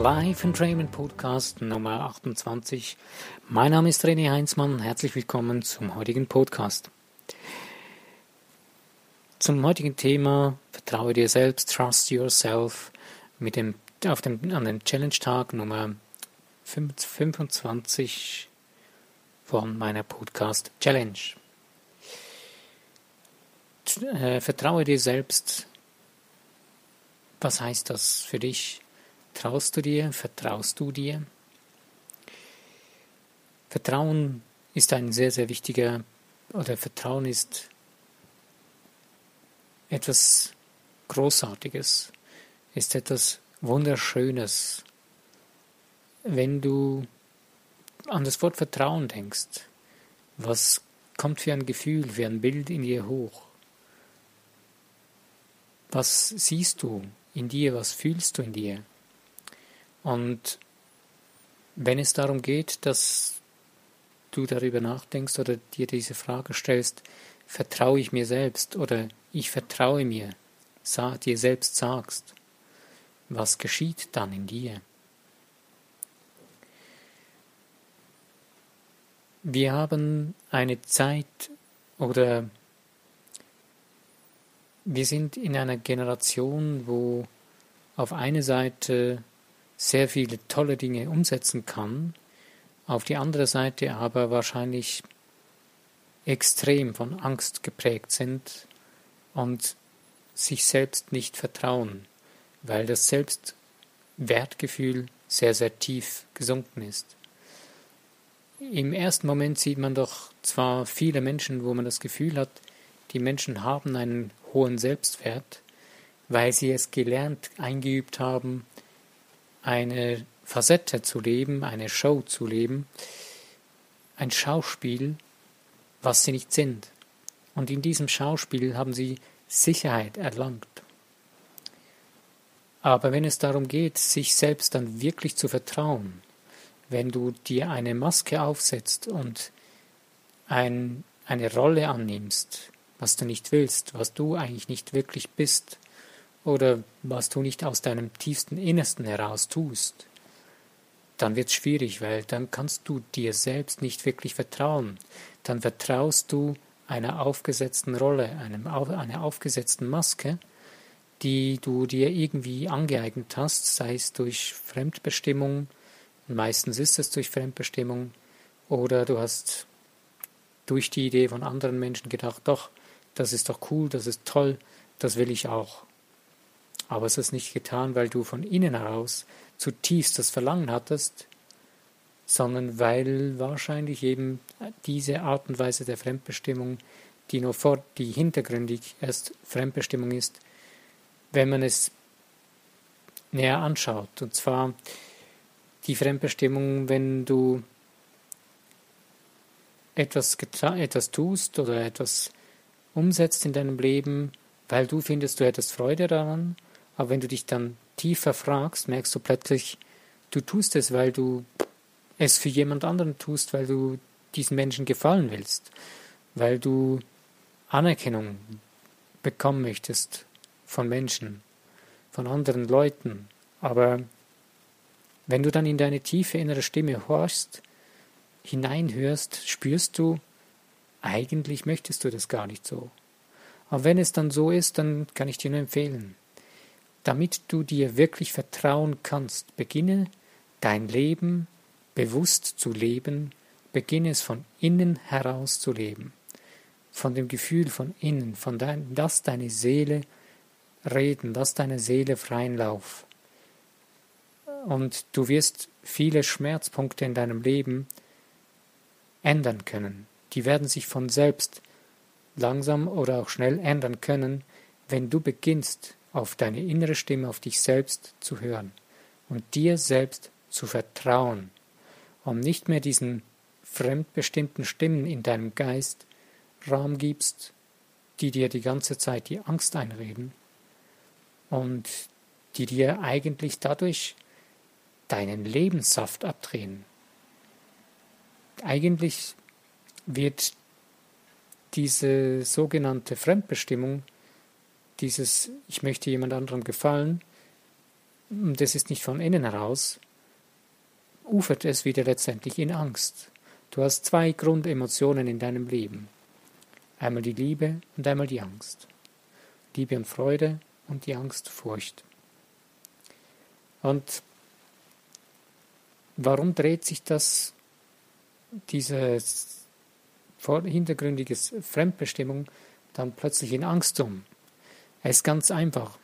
Life Entrainment Podcast Nummer 28. Mein Name ist René Heinzmann. Herzlich willkommen zum heutigen Podcast. Zum heutigen Thema Vertraue dir selbst, Trust Yourself an dem Challenge-Tag Nummer 25 von meiner Podcast-Challenge. Vertraue dir selbst. Was heißt das für dich? Traust du dir? Vertraust du dir? Vertrauen ist ein sehr, sehr wichtiger, Vertrauen ist etwas Großartiges, ist etwas Wunderschönes. Wenn du an das Wort Vertrauen denkst, was kommt für ein Gefühl, für ein Bild in dir hoch? Was siehst du in dir, was fühlst du in dir? Und wenn es darum geht, dass du darüber nachdenkst oder dir diese Frage stellst, vertraue ich mir selbst oder ich vertraue mir, dir selbst sagst, was geschieht dann in dir? Wir haben eine Zeit oder wir sind in einer Generation, wo auf eine Seite sehr viele tolle Dinge umsetzen kann, auf die andere Seite aber wahrscheinlich extrem von Angst geprägt sind und sich selbst nicht vertrauen, weil das Selbstwertgefühl sehr, sehr tief gesunken ist. Im ersten Moment sieht man doch zwar viele Menschen, wo man das Gefühl hat, die Menschen haben einen hohen Selbstwert, weil sie es gelernt, eingeübt haben, eine Facette zu leben, eine Show zu leben, ein Schauspiel, was sie nicht sind. Und in diesem Schauspiel haben sie Sicherheit erlangt. Aber wenn es darum geht, sich selbst dann wirklich zu vertrauen, wenn du dir eine Maske aufsetzt und eine Rolle annimmst, was du nicht willst, was du eigentlich nicht wirklich bist, oder was du nicht aus deinem tiefsten Innersten heraus tust, dann wird es schwierig, weil dann kannst du dir selbst nicht wirklich vertrauen. Dann vertraust du einer aufgesetzten Rolle, einer aufgesetzten Maske, die du dir irgendwie angeeignet hast, sei es durch Fremdbestimmung, meistens ist es durch Fremdbestimmung, oder du hast durch die Idee von anderen Menschen gedacht, doch, das ist doch cool, das ist toll, das will ich auch. Aber es ist nicht getan, weil du von innen heraus zutiefst das Verlangen hattest, sondern weil wahrscheinlich eben diese Art und Weise der Fremdbestimmung, die hintergründig erst Fremdbestimmung ist, wenn man es näher anschaut. Und zwar die Fremdbestimmung, wenn du etwas tust oder etwas umsetzt in deinem Leben, weil du findest, du hättest Freude daran, aber wenn du dich dann tiefer fragst, merkst du plötzlich, du tust es, weil du es für jemand anderen tust, weil du diesen Menschen gefallen willst, weil du Anerkennung bekommen möchtest von Menschen, von anderen Leuten. Aber wenn du dann in deine tiefe innere Stimme horchst, hineinhörst, spürst du, eigentlich möchtest du das gar nicht so. Aber wenn es dann so ist, dann kann ich dir nur empfehlen, damit du dir wirklich vertrauen kannst, beginne dein Leben bewusst zu leben, beginne es von innen heraus zu leben, von dem Gefühl von innen, lass deine Seele reden, lass deine Seele freien Lauf. Und du wirst viele Schmerzpunkte in deinem Leben ändern können. Die werden sich von selbst langsam oder auch schnell ändern können, wenn du beginnst, auf deine innere Stimme, auf dich selbst zu hören und dir selbst zu vertrauen, und nicht mehr diesen fremdbestimmten Stimmen in deinem Geist Raum gibst, die dir die ganze Zeit die Angst einreden und die dir eigentlich dadurch deinen Lebenssaft abdrehen. Eigentlich wird diese sogenannte Fremdbestimmung, dieses Ich möchte jemand anderem gefallen, und es ist nicht von innen heraus, ufert es wieder letztendlich in Angst. Du hast zwei Grundemotionen in deinem Leben. Einmal die Liebe und einmal die Angst. Liebe und Freude und die Angst, Furcht. Und warum dreht sich diese hintergründige Fremdbestimmung dann plötzlich in Angst um? Es ist ganz einfach.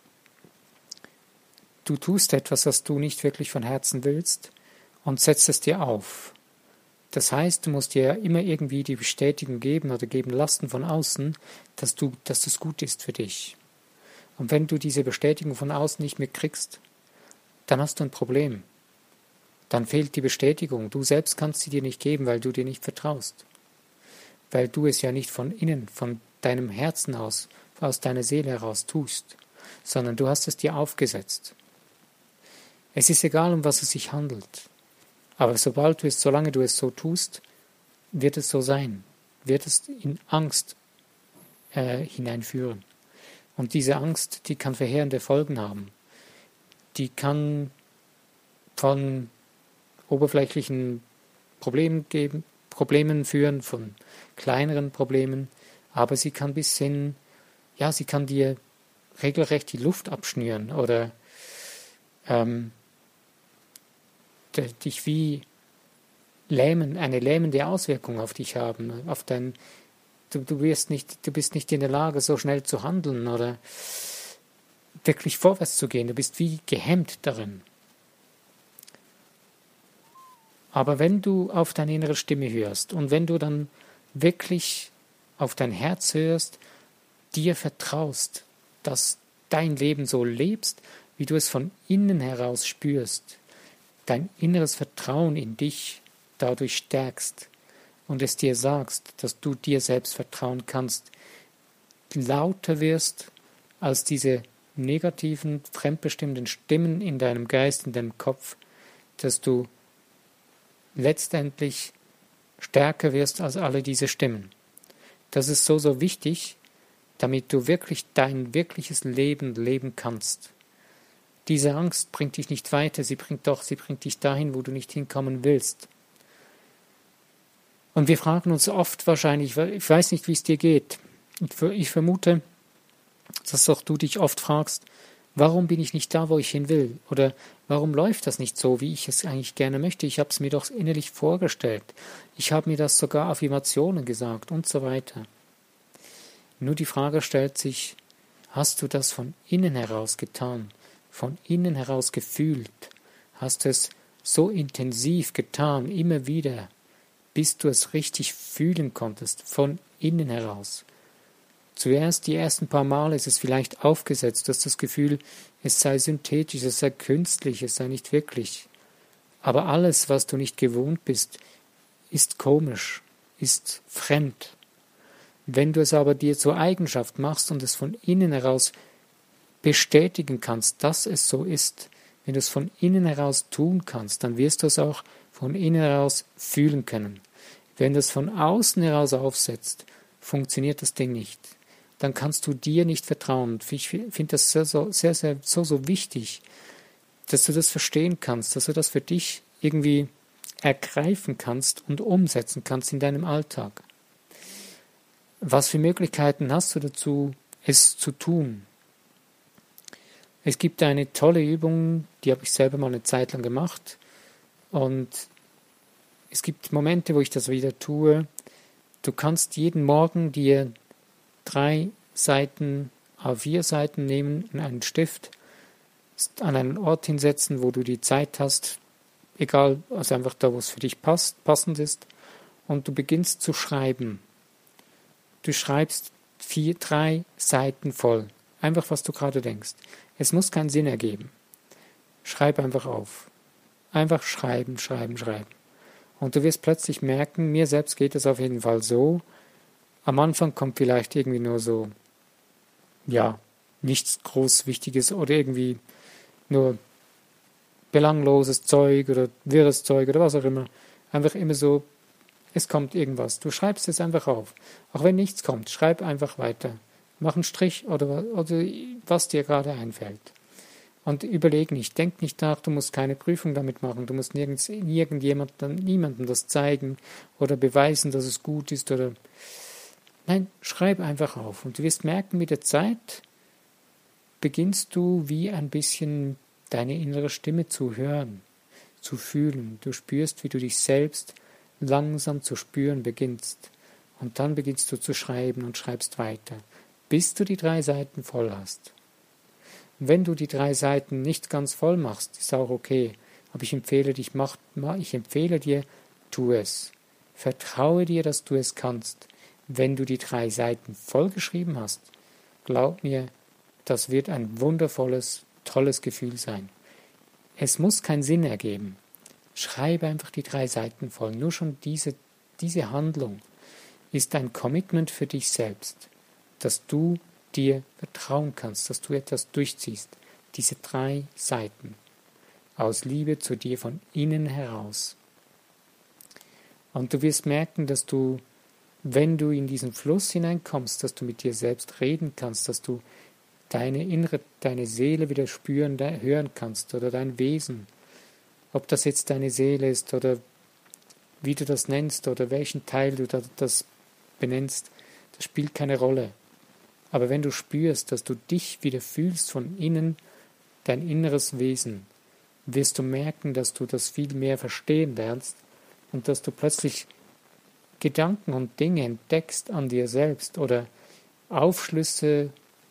Du tust etwas, was du nicht wirklich von Herzen willst und setzt es dir auf. Das heißt, du musst dir immer irgendwie die Bestätigung geben oder geben lassen von außen, dass das gut ist für dich. Und wenn du diese Bestätigung von außen nicht mehr kriegst, dann hast du ein Problem. Dann fehlt die Bestätigung. Du selbst kannst sie dir nicht geben, weil du dir nicht vertraust. Weil du es ja nicht von innen, von deinem Herzen aus deiner Seele heraus tust, sondern du hast es dir aufgesetzt. Es ist egal, um was es sich handelt. Aber solange du es so tust, wird es so sein, wird es in Angst hineinführen. Und diese Angst, die kann verheerende Folgen haben. Die kann von oberflächlichen Problemen führen, von kleineren Problemen, aber sie kann sie kann dir regelrecht die Luft abschnüren oder dich wie lähmen, eine lähmende Auswirkung auf dich haben, du bist nicht in der Lage, so schnell zu handeln oder wirklich vorwärts zu gehen, du bist wie gehemmt darin. Aber wenn du auf deine innere Stimme hörst und wenn du dann wirklich auf dein Herz hörst, dir vertraust, dass dein Leben so lebst, wie du es von innen heraus spürst, dein inneres Vertrauen in dich dadurch stärkst und es dir sagst, dass du dir selbst vertrauen kannst, lauter wirst als diese negativen, fremdbestimmten Stimmen in deinem Geist, in deinem Kopf, dass du letztendlich stärker wirst als alle diese Stimmen. Das ist so wichtig, damit du wirklich dein wirkliches Leben leben kannst. Diese Angst bringt dich nicht weiter, sie bringt dich dahin, wo du nicht hinkommen willst. Und wir fragen uns oft wahrscheinlich, ich weiß nicht, wie es dir geht, ich vermute, dass auch du dich oft fragst, warum bin ich nicht da, wo ich hin will? Oder warum läuft das nicht so, wie ich es eigentlich gerne möchte? Ich habe es mir doch innerlich vorgestellt. Ich habe mir das sogar Affirmationen gesagt und so weiter. Nur die Frage stellt sich, hast du das von innen heraus getan? Von innen heraus gefühlt? Hast du es so intensiv getan, immer wieder, bis du es richtig fühlen konntest, von innen heraus? Zuerst die ersten paar Male ist es vielleicht aufgesetzt, du hast das Gefühl, es sei synthetisch, es sei künstlich, es sei nicht wirklich. Aber alles, was du nicht gewohnt bist, ist komisch, ist fremd. Wenn du es aber dir zur Eigenschaft machst und es von innen heraus bestätigen kannst, dass es so ist, wenn du es von innen heraus tun kannst, dann wirst du es auch von innen heraus fühlen können. Wenn du es von außen heraus aufsetzt, funktioniert das Ding nicht. Dann kannst du dir nicht vertrauen. Ich finde das sehr wichtig, dass du das verstehen kannst, dass du das für dich irgendwie ergreifen kannst und umsetzen kannst in deinem Alltag. Was für Möglichkeiten hast du dazu, es zu tun? Es gibt eine tolle Übung, die habe ich selber mal eine Zeit lang gemacht und es gibt Momente, wo ich das wieder tue. Du kannst jeden Morgen dir 3 Seiten, A4-Seiten nehmen und einen Stift an einen Ort hinsetzen, wo du die Zeit hast, egal, also einfach da, wo es für dich passend ist, und du beginnst zu schreiben. Du schreibst 3 Seiten voll, einfach was du gerade denkst. Es muss keinen Sinn ergeben. Schreib einfach auf. Einfach schreiben. Und du wirst plötzlich merken, mir selbst geht es auf jeden Fall so, am Anfang kommt vielleicht irgendwie nur so, nichts groß Wichtiges oder irgendwie nur belangloses Zeug oder wirres Zeug oder was auch immer. Einfach immer so, es kommt irgendwas. Du schreibst es einfach auf. Auch wenn nichts kommt, schreib einfach weiter. Mach einen Strich oder was dir gerade einfällt. Und überleg nicht, denk nicht nach, du musst keine Prüfung damit machen, du musst niemandem das zeigen oder beweisen, dass es gut ist oder... Nein, schreib einfach auf und du wirst merken, mit der Zeit beginnst du wie ein bisschen deine innere Stimme zu hören, zu fühlen. Du spürst, wie du dich selbst langsam zu spüren beginnst. Und dann beginnst du zu schreiben und schreibst weiter, bis du die 3 Seiten voll hast. Wenn du die 3 Seiten nicht ganz voll machst, ist auch okay. Aber ich empfehle dir, tu es. Vertraue dir, dass du es kannst. Wenn du die 3 Seiten voll geschrieben hast, glaub mir, das wird ein wundervolles, tolles Gefühl sein. Es muss keinen Sinn ergeben. Schreibe einfach die 3 Seiten voll. Nur schon diese Handlung ist ein Commitment für dich selbst, dass du dir vertrauen kannst, dass du etwas durchziehst. Diese 3 Seiten aus Liebe zu dir von innen heraus. Und du wirst merken, dass du, wenn du in diesen Fluss hineinkommst, dass du mit dir selbst reden kannst, dass du deine Seele wieder spüren, hören kannst oder dein Wesen. Ob das jetzt deine Seele ist oder wie du das nennst oder welchen Teil du das benennst, das spielt keine Rolle. Aber wenn du spürst, dass du dich wieder fühlst von innen, dein inneres Wesen, wirst du merken, dass du das viel mehr verstehen lernst und dass du plötzlich Gedanken und Dinge entdeckst an dir selbst oder Aufschlüsse,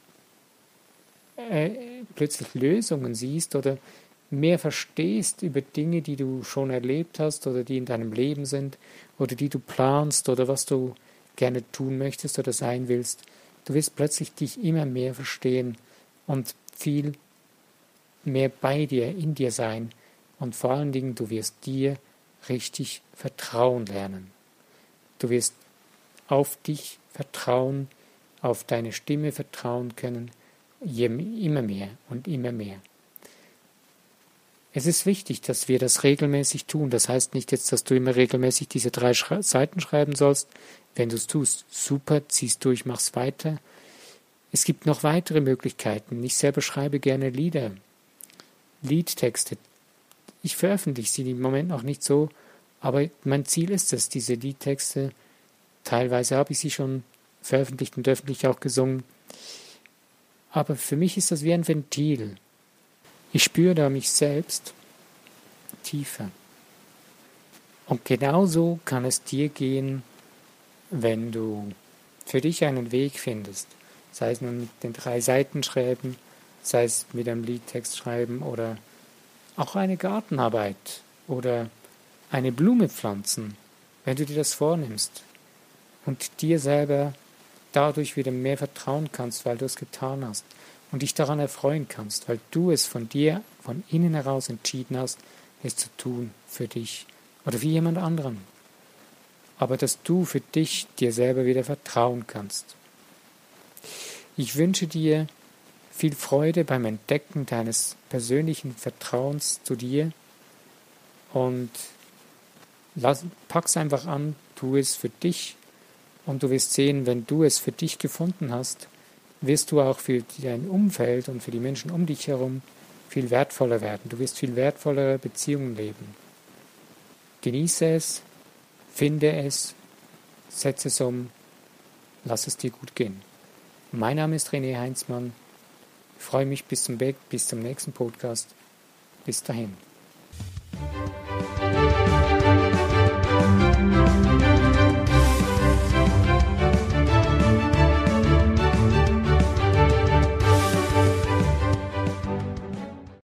plötzlich Lösungen siehst oder mehr verstehst über Dinge, die du schon erlebt hast oder die in deinem Leben sind oder die du planst oder was du gerne tun möchtest oder sein willst. Du wirst plötzlich dich immer mehr verstehen und viel mehr bei dir, in dir sein und vor allen Dingen, du wirst dir richtig vertrauen lernen. Du wirst auf dich vertrauen, auf deine Stimme vertrauen können, immer mehr und immer mehr. Es ist wichtig, dass wir das regelmäßig tun. Das heißt nicht jetzt, dass du immer regelmäßig diese 3 Seiten schreiben sollst. Wenn du es tust, super, ziehst durch, mach's weiter. Es gibt noch weitere Möglichkeiten. Ich selber schreibe gerne Lieder, Liedtexte. Ich veröffentliche sie im Moment noch nicht so, aber mein Ziel ist es, diese Liedtexte, teilweise habe ich sie schon veröffentlicht und öffentlich auch gesungen, aber für mich ist das wie ein Ventil. Ich spüre da mich selbst tiefer. Und genauso kann es dir gehen, wenn du für dich einen Weg findest, sei es nun mit den 3 Seiten schreiben, sei es mit einem Liedtext schreiben oder auch eine Gartenarbeit oder eine Blume pflanzen, wenn du dir das vornimmst und dir selber dadurch wieder mehr vertrauen kannst, weil du es getan hast und dich daran erfreuen kannst, weil du es von dir, von innen heraus entschieden hast, es zu tun für dich oder für jemand anderen. Aber dass du für dich dir selber wieder vertrauen kannst. Ich wünsche dir viel Freude beim Entdecken deines persönlichen Vertrauens zu dir und pack's einfach an, tu es für dich und du wirst sehen, wenn du es für dich gefunden hast, wirst du auch für dein Umfeld und für die Menschen um dich herum viel wertvoller werden. Du wirst viel wertvollere Beziehungen leben. Genieße es, finde es, setze es um, lass es dir gut gehen. Mein Name ist René Heinzmann. Ich freue mich bis zum nächsten Podcast. Bis dahin.